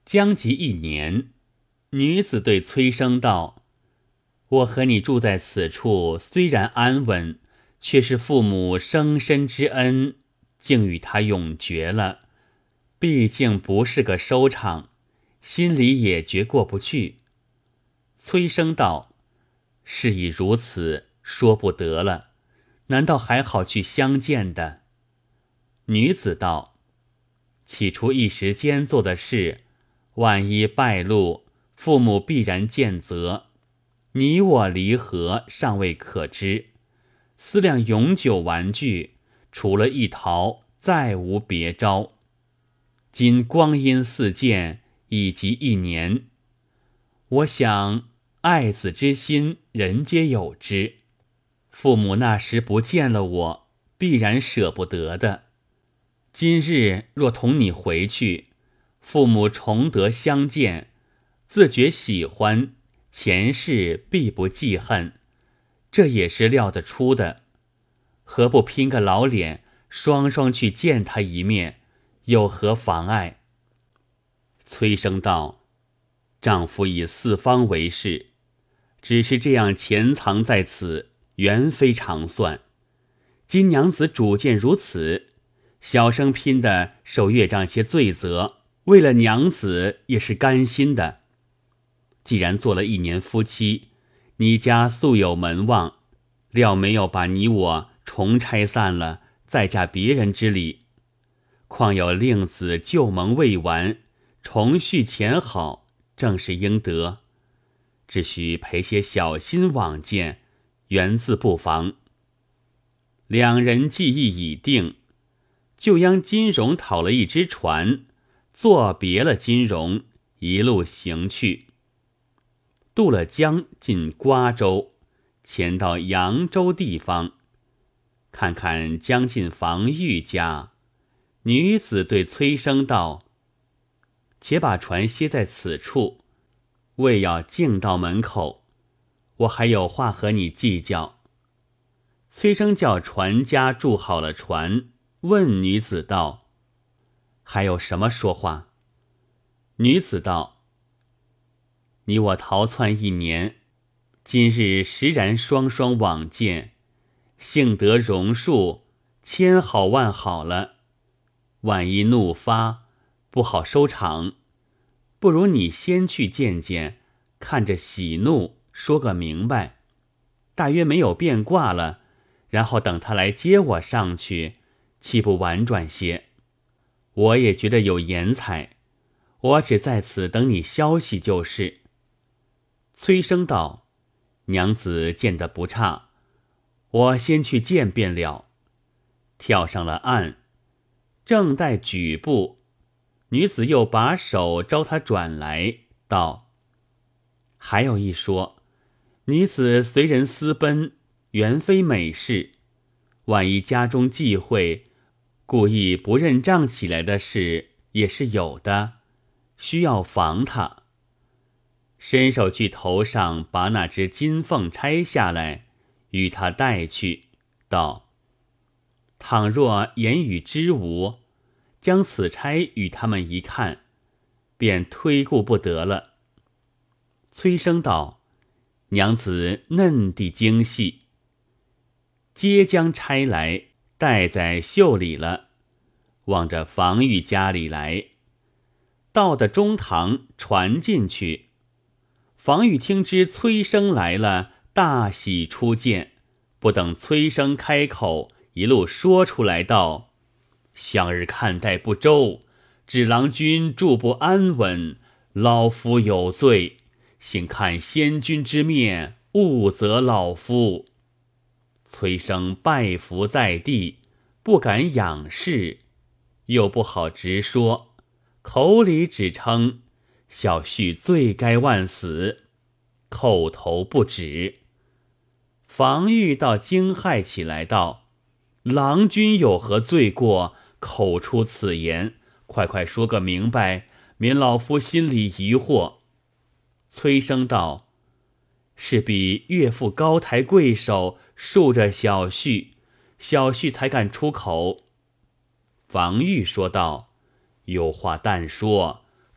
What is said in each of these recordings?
将及1年，女子对崔生道：我和你住在此处，虽然安稳，却是父母生身之恩，竟与他永绝了。毕竟不是个收场，心里也觉过不去。崔生道：事已如此，说不得了，难道还好去相见的？女子道：起初一时间做的事，万一败露，父母必然见责。你我离合尚未可知，思量永久玩具，除了一逃，再无别招。今光阴似箭，已及1年，我想爱子之心，人皆有之。父母那时不见了我，必然舍不得的。今日若同你回去，父母重得相见，自觉喜欢，前世必不记恨，这也是料得出的。何不拼个老脸，双双去见他一面，有何妨碍？崔生道：丈夫以四方为事，只是这样潜藏在此，原非常算。今娘子主见如此，小生拼的受岳丈些罪责，为了娘子也是甘心的。既然做了1年夫妻，你家素有门望，料没有把你我重拆散了，再嫁别人之理。况有令子旧盟未完，重续前好，正是应得。只需陪些小心往见，原自不妨。两人计议已定，就央金荣讨了一只船，作别了金荣，一路行去。渡了江，进瓜州，前到扬州地方，看看将近房玉家。女子对崔生道：且把船歇在此处，为要径到门口，我还有话和你计较。崔生叫船家筑好了船，问女子道：还有什么说话？女子道：你我逃窜1年，今日实然双双往见，幸得榕树，千好万好了。万一怒发，不好收场，不如你先去见见，看着喜怒说个明白，大约没有变卦了，然后等他来接我上去，岂不婉转些？我也觉得有颜彩，我只在此等你消息就是。崔生道：娘子见得不差，我先去见便了。跳上了岸，正待举步，女子又把手招他转来，道：还有一说，女子随人私奔，原非美事，万一家中忌讳，故意不认账起来的事也是有的，需要防他。伸手去头上把那只金凤拆下来，与他带去，道：倘若言语知无，将此差与他们一看，便推顾不得了。崔生道：娘子嫩地精细，皆将差来，带在袖里了，往着房玉家里来。到的中堂，传进去。房玉听知崔生来了，大喜出见，不等崔生开口，一路说出来道：向日看待不周，指郎君住不安稳，老夫有罪，幸看先君之面，勿责老夫。崔生拜伏在地，不敢仰视，又不好直说，口里只称小婿罪该万死，叩头不止。房玉倒惊骇起来道：郎君有何罪过，口出此言，快快说个明白，免老夫心里疑惑。崔生道：是比岳父高抬贵手，恕着小婿，小婿才敢出口。房玉说道：有话但说，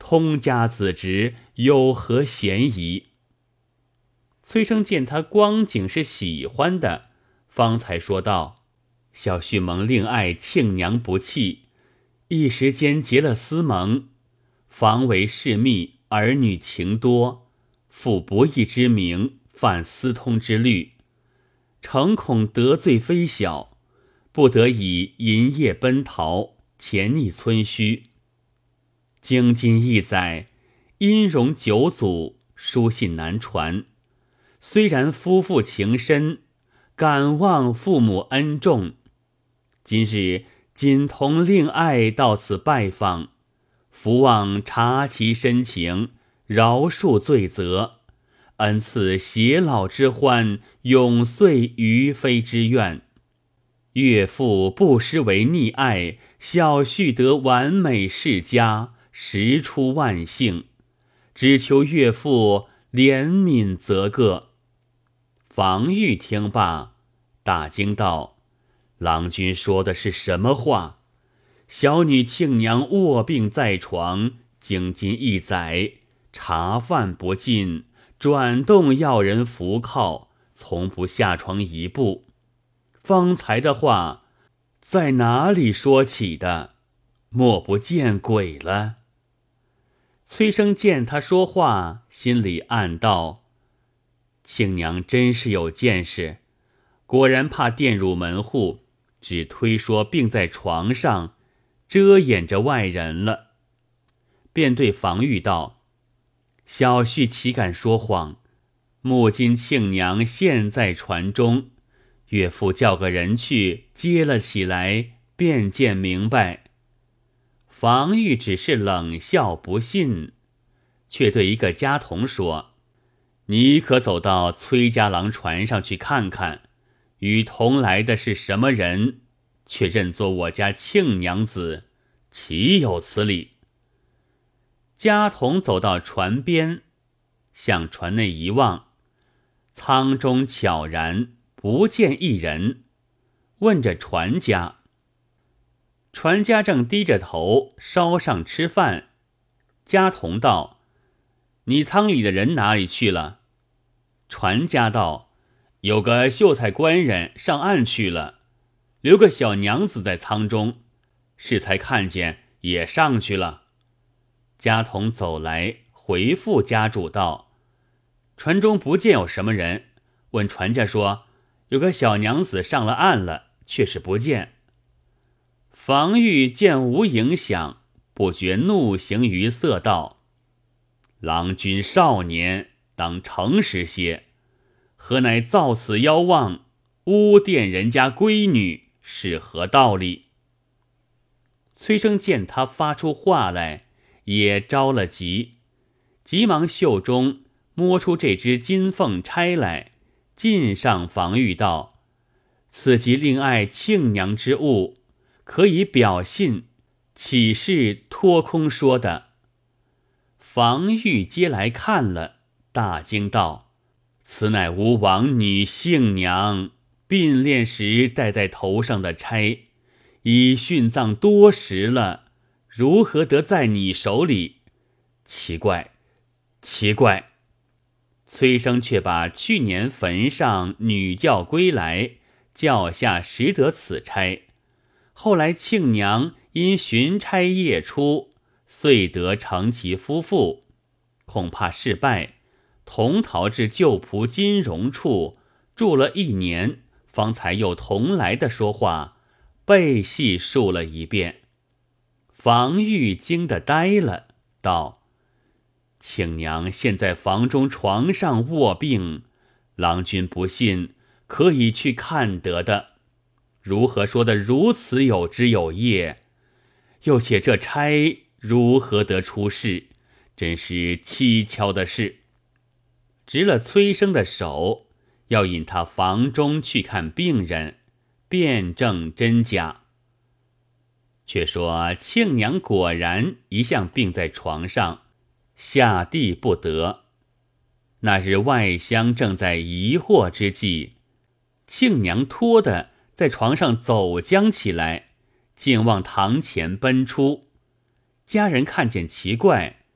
通家子侄，有何嫌疑？崔生见他光景是喜欢的，方才说道：小婿蒙令爱庆娘不弃，一时间结了私盟，房为室密，儿女情多，负不义之名，犯私通之律，诚恐得罪非小，不得已银夜奔逃，潜匿村虚。经今一载，音容九祖，书信难传。虽然夫妇情深，感望父母恩重。今日仅同令爱到此拜访，伏望察其深情，饶恕罪责，恩赐偕老之欢，永遂于妃之愿。岳父不失为溺爱，小婿得完美世家，实出万幸，只求岳父怜悯则个。房玉听罢，大惊道：郎君说的是什么话？小女庆娘卧病在床，经今一载，茶饭不进，转动要人扶靠，从不下床一步。方才的话在哪里说起的？莫不见鬼了？崔生见他说话，心里暗道：庆娘真是有见识，果然怕玷辱门户，只推说病在床上，遮掩着外人了。便对房玉道：小婿岂敢说谎？目今庆娘现在船中，岳父叫个人去接了起来，便见明白。房玉只是冷笑不信，却对一个家童说：你可走到崔家郎船上去看看，与同来的是什么人，却认作我家庆娘子，岂有此理？家童走到船边，向船内一望，舱中悄然不见一人，问着船家。船家正低着头烧上吃饭。家童道：你舱里的人哪里去了？船家道：有个秀才官人上岸去了，留个小娘子在舱中，适才看见也上去了。家童走来回复家主道：船中不见有什么人，问船家说有个小娘子上了岸了，却是不见。房玉见无影响，不觉怒形于色道：郎君少年，当诚实些，何乃造此妖妄，污玷人家闺女，是何道理？崔生见他发出话来，也着了急，急忙袖中摸出这只金凤钗来，进上房玉道：此即令爱庆娘之物，可以表信，岂是托空说的？房玉接来看了，大惊道：此乃吾王女幸娘并练时戴在头上的钗，已殉葬多时了，如何得在你手里？奇怪，奇怪！崔生却把去年坟上女教归来，教下识得此钗，后来庆娘因寻钗夜出，遂得成其夫妇，恐怕事败，同逃至旧仆金荣处住了1年，方才又同来的说话，背细述了一遍。房玉惊得呆了，道：庆娘现在房中床上卧病，郎君不信，可以去看得的。如何说得如此有枝有叶？又且这钗如何得出事？真是蹊跷的事。执了崔生的手，要引他房中去看病人，辨证真假。却说庆娘果然一向病在床上，下地不得。那日外乡正在疑惑之际，庆娘拖的在床上走将起来，竟往堂前奔出。家人看见奇怪，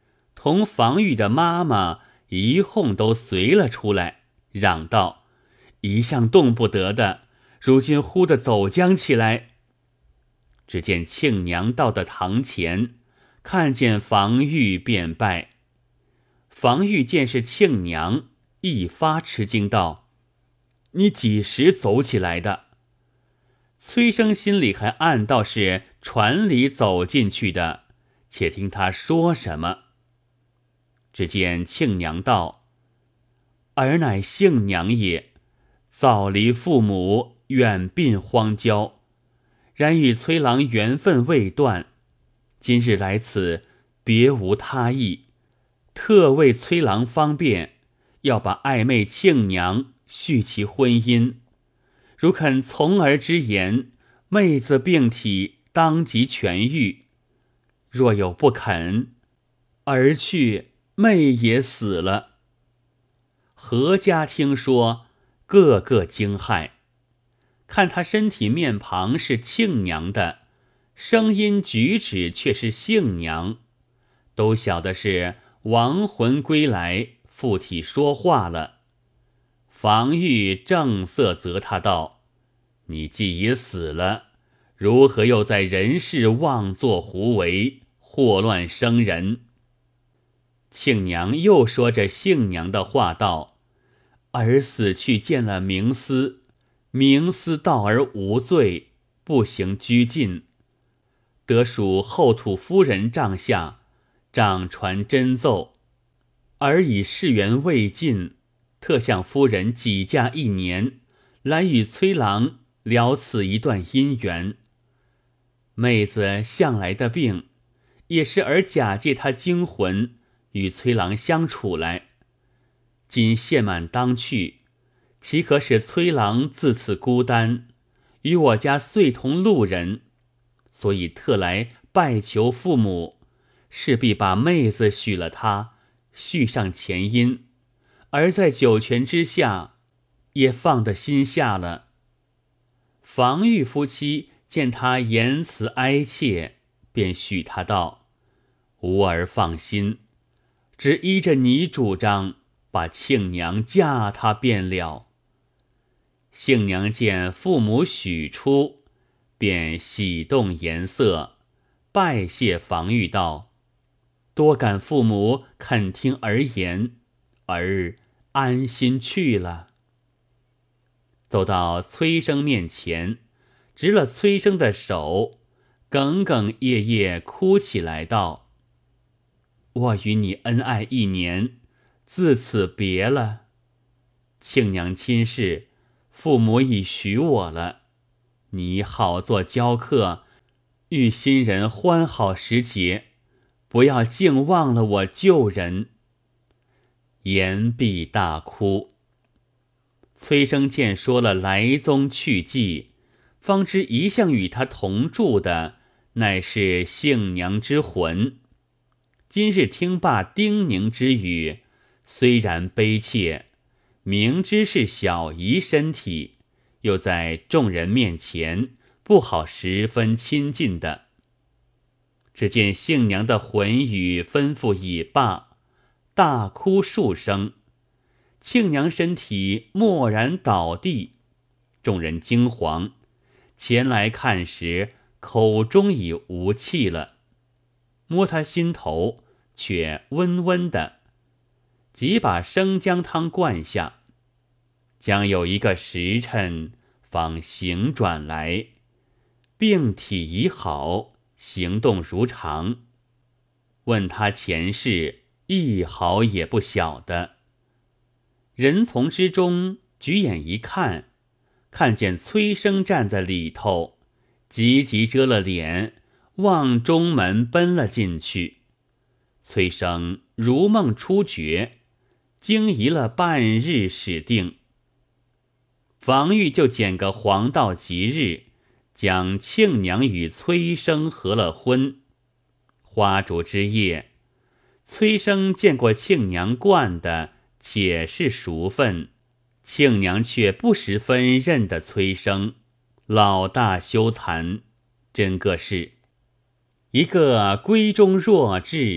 同房玉的妈妈一哄都随了出来，嚷道：一向动不得的，如今忽地走将起来。只见庆娘到的堂前，看见房玉便拜。房玉见是庆娘，一发吃惊道：你几时走起来的？崔生心里还暗道是船里走进去的，且听他说什么。只见庆娘道：儿乃杏娘也，早离父母，远殡荒郊，然与崔郎缘分未断，今日来此别无他意，特为崔郎方便，要把爱妹庆娘续其婚姻。如肯从儿之言，妹子病体当即痊愈；若有不肯，儿去，妹也死了。何家听说，个个惊骇。看他身体面庞是庆娘的，声音举止却是杏娘，都晓得是亡魂归来，附体说话了。房玉正色责他道：你既已死了，如何又在人世妄作胡为，祸乱生人？庆娘又说着杏娘的话道：儿死去见了冥司，冥司道儿无罪，不行拘禁，得属后土夫人帐下，杖传真奏，儿以事缘未尽，特向夫人几假1年，来与崔郎聊此一段姻缘。妹子向来的病，也是儿假借她精魂，与崔郎相处来。今现满当去，岂可使崔郎自此孤单，与我家遂同路人，所以特来拜求父母，势必把妹子许了他，续上前姻，而在九泉之下，也放得心下了。房玉夫妻见他言辞哀切，便许他道：吾儿放心，只依着你主张，把庆娘嫁他便了。杏娘见父母许出，便喜动颜色，拜谢房玉道：多感父母肯听儿言，儿安心去了。走到崔生面前，执了崔生的手，哽哽咽咽哭起来道：我与你恩爱1年，自此别了。庆娘亲事，父母已许我了，你好做交客，遇新人欢好时节，不要竟忘了我旧人。言毕大哭。崔生见说了来宗去迹，方知一向与他同住的乃是杏娘之魂。今日听罢叮咛之语，虽然悲切，明知是小姨身体，又在众人面前不好十分亲近的。只见杏娘的魂语吩咐已罢，大哭数声，庆娘身体蓦然倒地，众人惊惶，前来看时，口中已无气了。摸她心头，却温温的，即把生姜汤灌下，将有1个时辰，方醒转来，病体已好，行动如常。问他前世，一毫也不晓得。人丛之中，举眼一看，看见崔生站在里头，急急遮了脸，往中门奔了进去。崔生如梦初觉，惊疑了半日，始定。房玉就拣个黄道吉日，将庆娘与崔生合了婚。花烛之夜，崔生见过庆娘惯的，且是熟分，庆娘却不十分认得崔生，老大羞惭，真个是一个闺中弱智，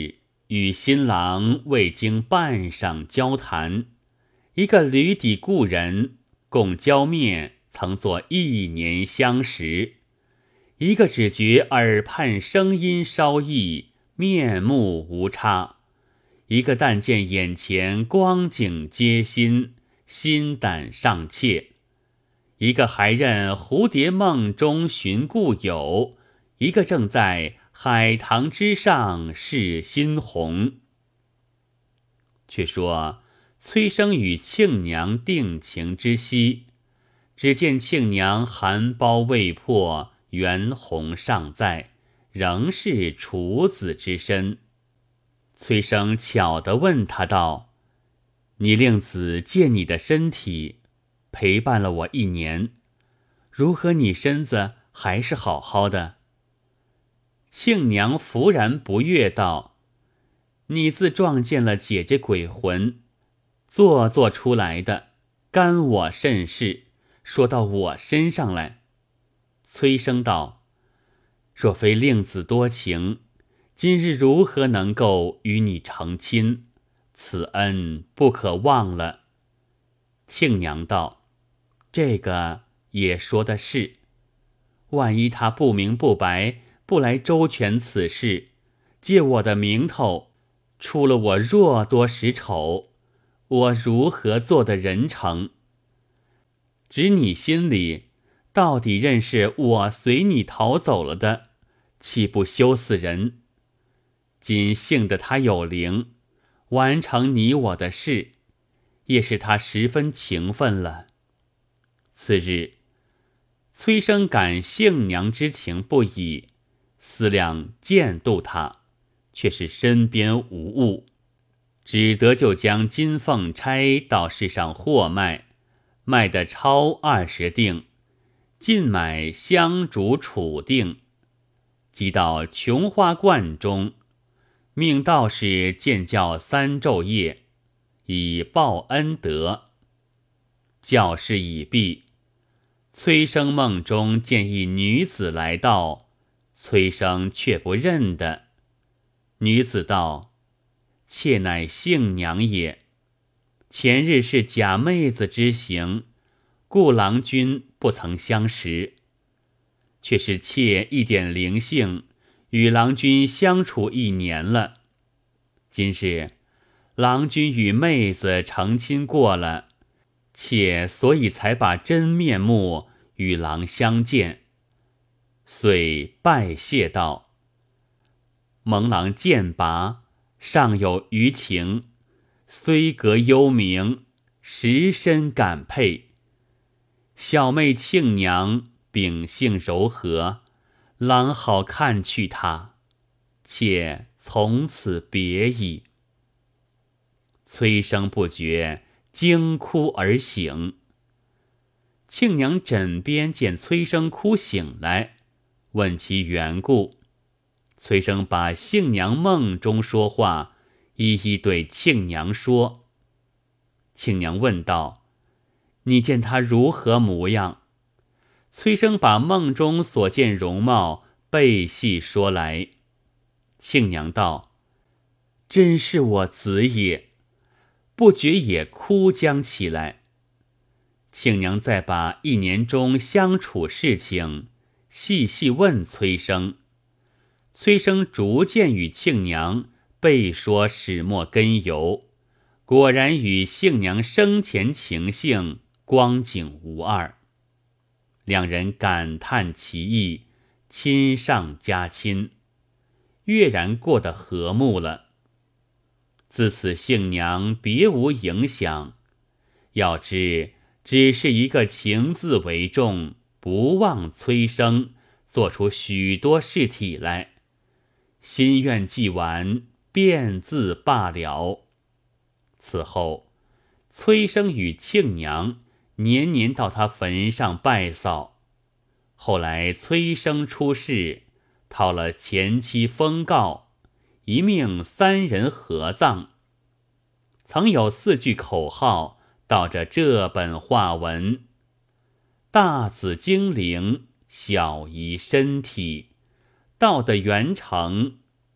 与新郎未经半晌交谈，一个驴底故人，共浇面曾作1年相识；一个只觉耳畔声音稍异，面目无差；一个但见眼前光景皆新，心胆尚怯；一个还任蝴蝶梦中寻故友，一个正在海棠之上试新红。却说崔生与庆娘定情之夕，只见庆娘含苞未破，元红尚在，仍是处子之身。崔生巧地问他道：你令子借你的身体陪伴了我1年，如何你身子还是好好的？庆娘弗然不悦道：你自撞见了姐姐鬼魂，做出来的，干我甚事？说到我身上来。崔生道：若非令子多情，今日如何能够与你成亲？此恩不可忘了。庆娘道：这个也说的是，万一他不明不白，不来周全此事，借我的名头，出了我若多时丑，我如何做的人成？只你心里到底认识我随你逃走了的，岂不羞死人？今幸得他有灵，完成你我的事，也是他十分情分了。次日，崔生感杏娘之情不已，思量见度他，却是身边无物，只得就将金凤钗到市上货卖，卖得超20锭，尽买香烛杵锭，即到琼花观中，命道士见教3昼夜，以报恩德。教事已毕，崔生梦中见一女子来到，崔生却不认得。女子道：妾乃杏娘也，前日是假妹子之行，故郎君不曾相识。却是妾一点灵性，与郎君相处1年了。今日郎君与妹子成亲过了，妾所以才把真面目与郎相见，遂拜谢道：蒙郎剑拔，尚有余情，虽隔幽冥，实深感佩。小妹庆娘秉性柔和，郎好看去她，妾从此别矣。崔生不觉惊哭而醒。庆娘枕边见崔生哭醒来，问其缘故。崔生把杏娘梦中说话一一对庆娘说。庆娘问道：你见她如何模样？崔生把梦中所见容貌背细说来。庆娘道：真是我子也，不觉也哭将起来。庆娘再把1年中相处事情细细问崔生。崔生逐渐与庆娘背说始末根由，果然与杏娘生前情性光景无二。两人感叹其意，亲上加亲，跃然过得和睦了。自此杏娘别无影响，要知只是一个情字为重，不忘崔生，做出许多事体来。心愿既完，便自罢了。此后，崔生与庆娘年年到他坟上拜扫。后来崔生出世，讨了前妻封告，一命3人合葬。曾有4句口号，道着这本话文：大子精灵，小姨身体，到的元成，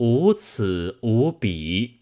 无此无彼。